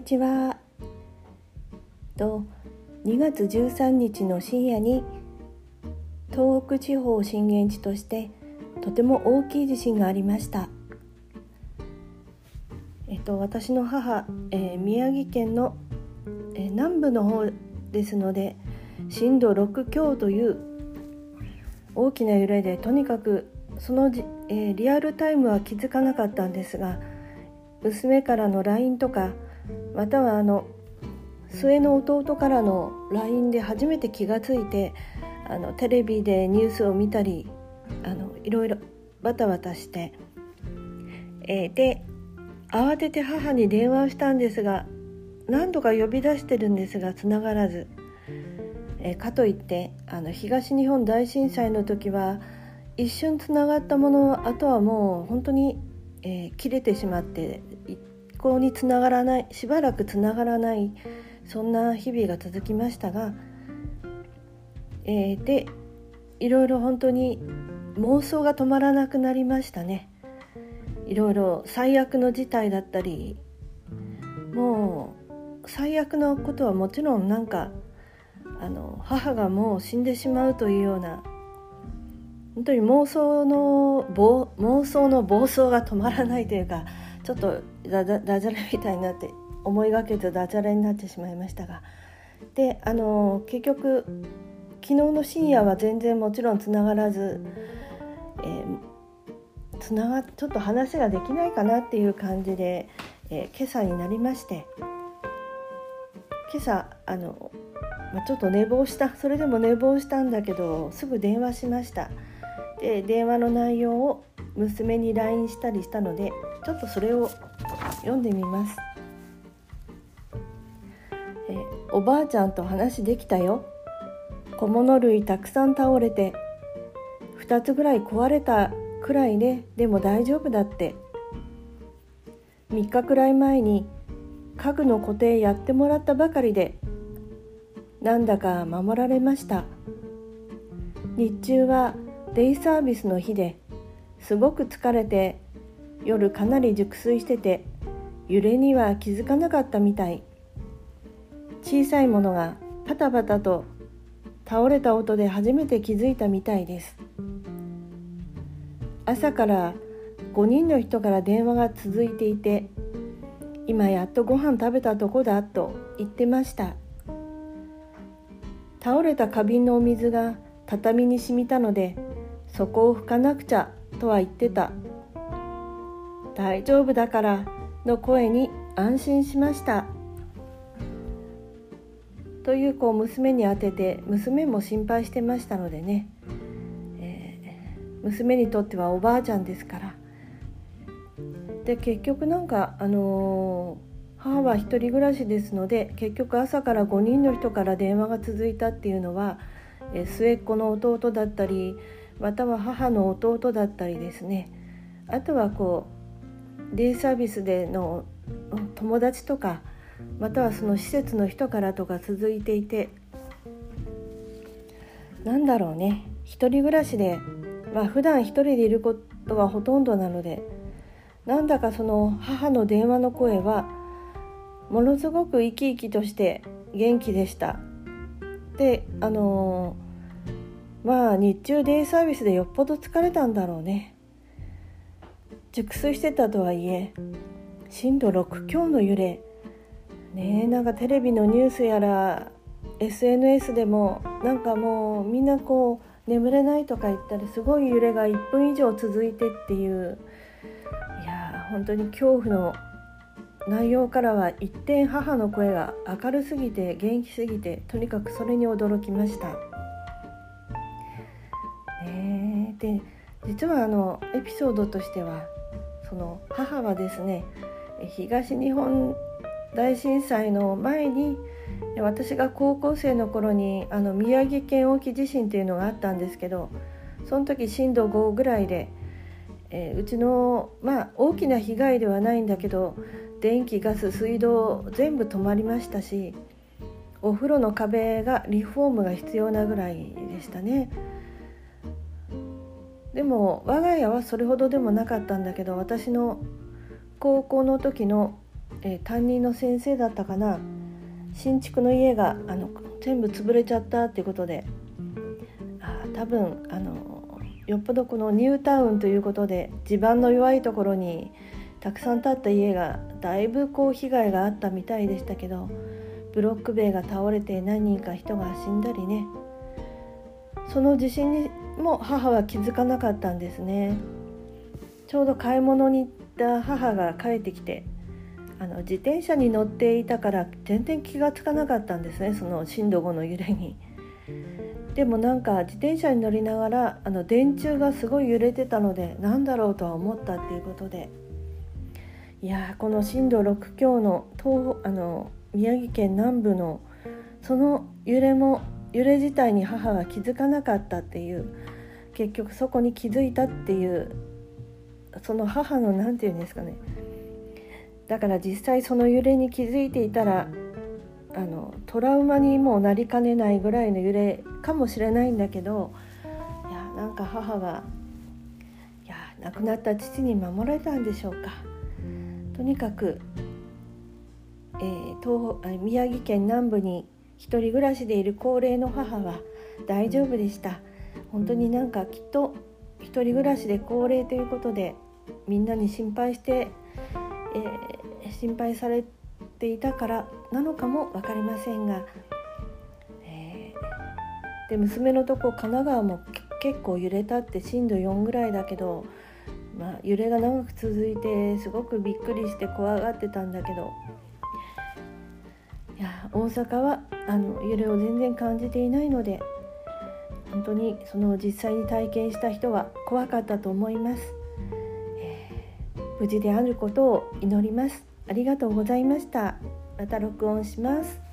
にちは。2月13日の深夜に東北地方を震源地としてとても大きい地震がありました。私の母、宮城県の、南部の方ですので震度6強という大きな揺れで、とにかくそのリアルタイムは気づかなかったんですが、娘からの LINE とか、または末の弟からの LINE で初めて気がついて、テレビでニュースを見たりいろいろバタバタして、で慌てて母に電話をしたんですが、何度か呼び出してるんですがつながらず、かといって東日本大震災の時は一瞬つながったもの、あとはもう本当に、切れてしまって一向につながらない、しばらくつながらない、そんな日々が続きましたが、でいろいろ本当に妄想が止まらなくなりましたね。いろいろ最悪の事態だったり、もう最悪のことはもちろん母がもう死んでしまうというような、本当に妄想の暴走が止まらないというか、ちょっとダジャレみたいになって、思いがけずダジャレになってしまいましたが、で結局昨日の深夜は全然もちろんつながらず、ちょっと話ができないかなっていう感じで、今朝になりまして、今朝ちょっと寝坊した、それでも寝坊したんだけどすぐ電話しました。で電話の内容を娘に LINE したりしたので、ちょっとそれを読んでみます。おばあちゃんと話できたよ。小物類たくさん倒れて2つぐらい壊れたくらいでも大丈夫だって。3日くらい前に家具の固定やってもらったばかりで、なんだか守られました。日中はデイサービスの日ですごく疲れて、夜かなり熟睡してて揺れには気づかなかったみたい。小さいものがパタパタと倒れた音で初めて気づいたみたいです。朝から5人の人から電話が続いていて、今やっとご飯食べたとこだと言ってました。倒れた花瓶のお水が畳に染みたので、そこを拭かなくちゃとは言ってた。大丈夫だからの声に安心しました。という娘に当てて、娘も心配してましたのでね、娘にとってはおばあちゃんですから。で結局母は一人暮らしですので、結局朝から5人の人から電話が続いたっていうのは、末っ子の弟だったり、または母の弟だったりですね、あとはデイサービスでの友達とか、またはその施設の人からとか続いていて、なんだろうね、一人暮らしで、普段一人でいることがほとんどなので、なんだかその母の電話の声はものすごく生き生きとして元気でした。で日中デイサービスでよっぽど疲れたんだろうね。熟睡してたとはいえ震度6強の揺れね、テレビのニュースやら SNS でももうみんな眠れないとか言ったり、すごい揺れが1分以上続いてっていう、本当に恐怖の内容からは一転、母の声が明るすぎて元気すぎて、とにかくそれに驚きました。で実はエピソードとしては、その母はですね、東日本大震災の前に、私が高校生の頃に宮城県沖地震というのがあったんですけど、その時震度5ぐらいで、うちの大きな被害ではないんだけど、電気ガス水道全部止まりましたし、お風呂の壁がリフォームが必要なぐらいでしたね。でも我が家はそれほどでもなかったんだけど、私の高校の時の担任の先生だったかな、新築の家が全部潰れちゃったっていうことで、多分よっぽどこのニュータウンということで地盤の弱いところにたくさん建った家がだいぶ被害があったみたいでしたけど、ブロック塀が倒れて何人か人が死んだりね、その地震にも母は気づかなかったんですね。ちょうど買い物に行った母が帰ってきて、自転車に乗っていたから全然気がつかなかったんですね、その震度5の揺れに。でもなんか自転車に乗りながら電柱がすごい揺れてたので、なんだろうとは思ったっていうことで、いやこの震度6強の宮城県南部のその揺れ自体に母は気づかなかったっていう、結局そこに気づいたっていう、その母のなんていうんですかね、だから実際その揺れに気づいていたらトラウマにもなりかねないぐらいの揺れかもしれないんだけど、いやなんか母が亡くなった父に守られたんでしょうか。とにかく、宮城県南部に一人暮らしでいる高齢の母は大丈夫でした。本当になんかきっと一人暮らしで高齢ということでみんなに心配されていたからなのかも分かりませんが、で娘のとこ神奈川も結構揺れたって震度4ぐらいだけど、揺れが長く続いてすごくびっくりして怖がってたんだけど、大阪は揺れを全然感じていないので、本当にその実際に体験した人は怖かったと思います。無事であることを祈ります。ありがとうございました。また録音します。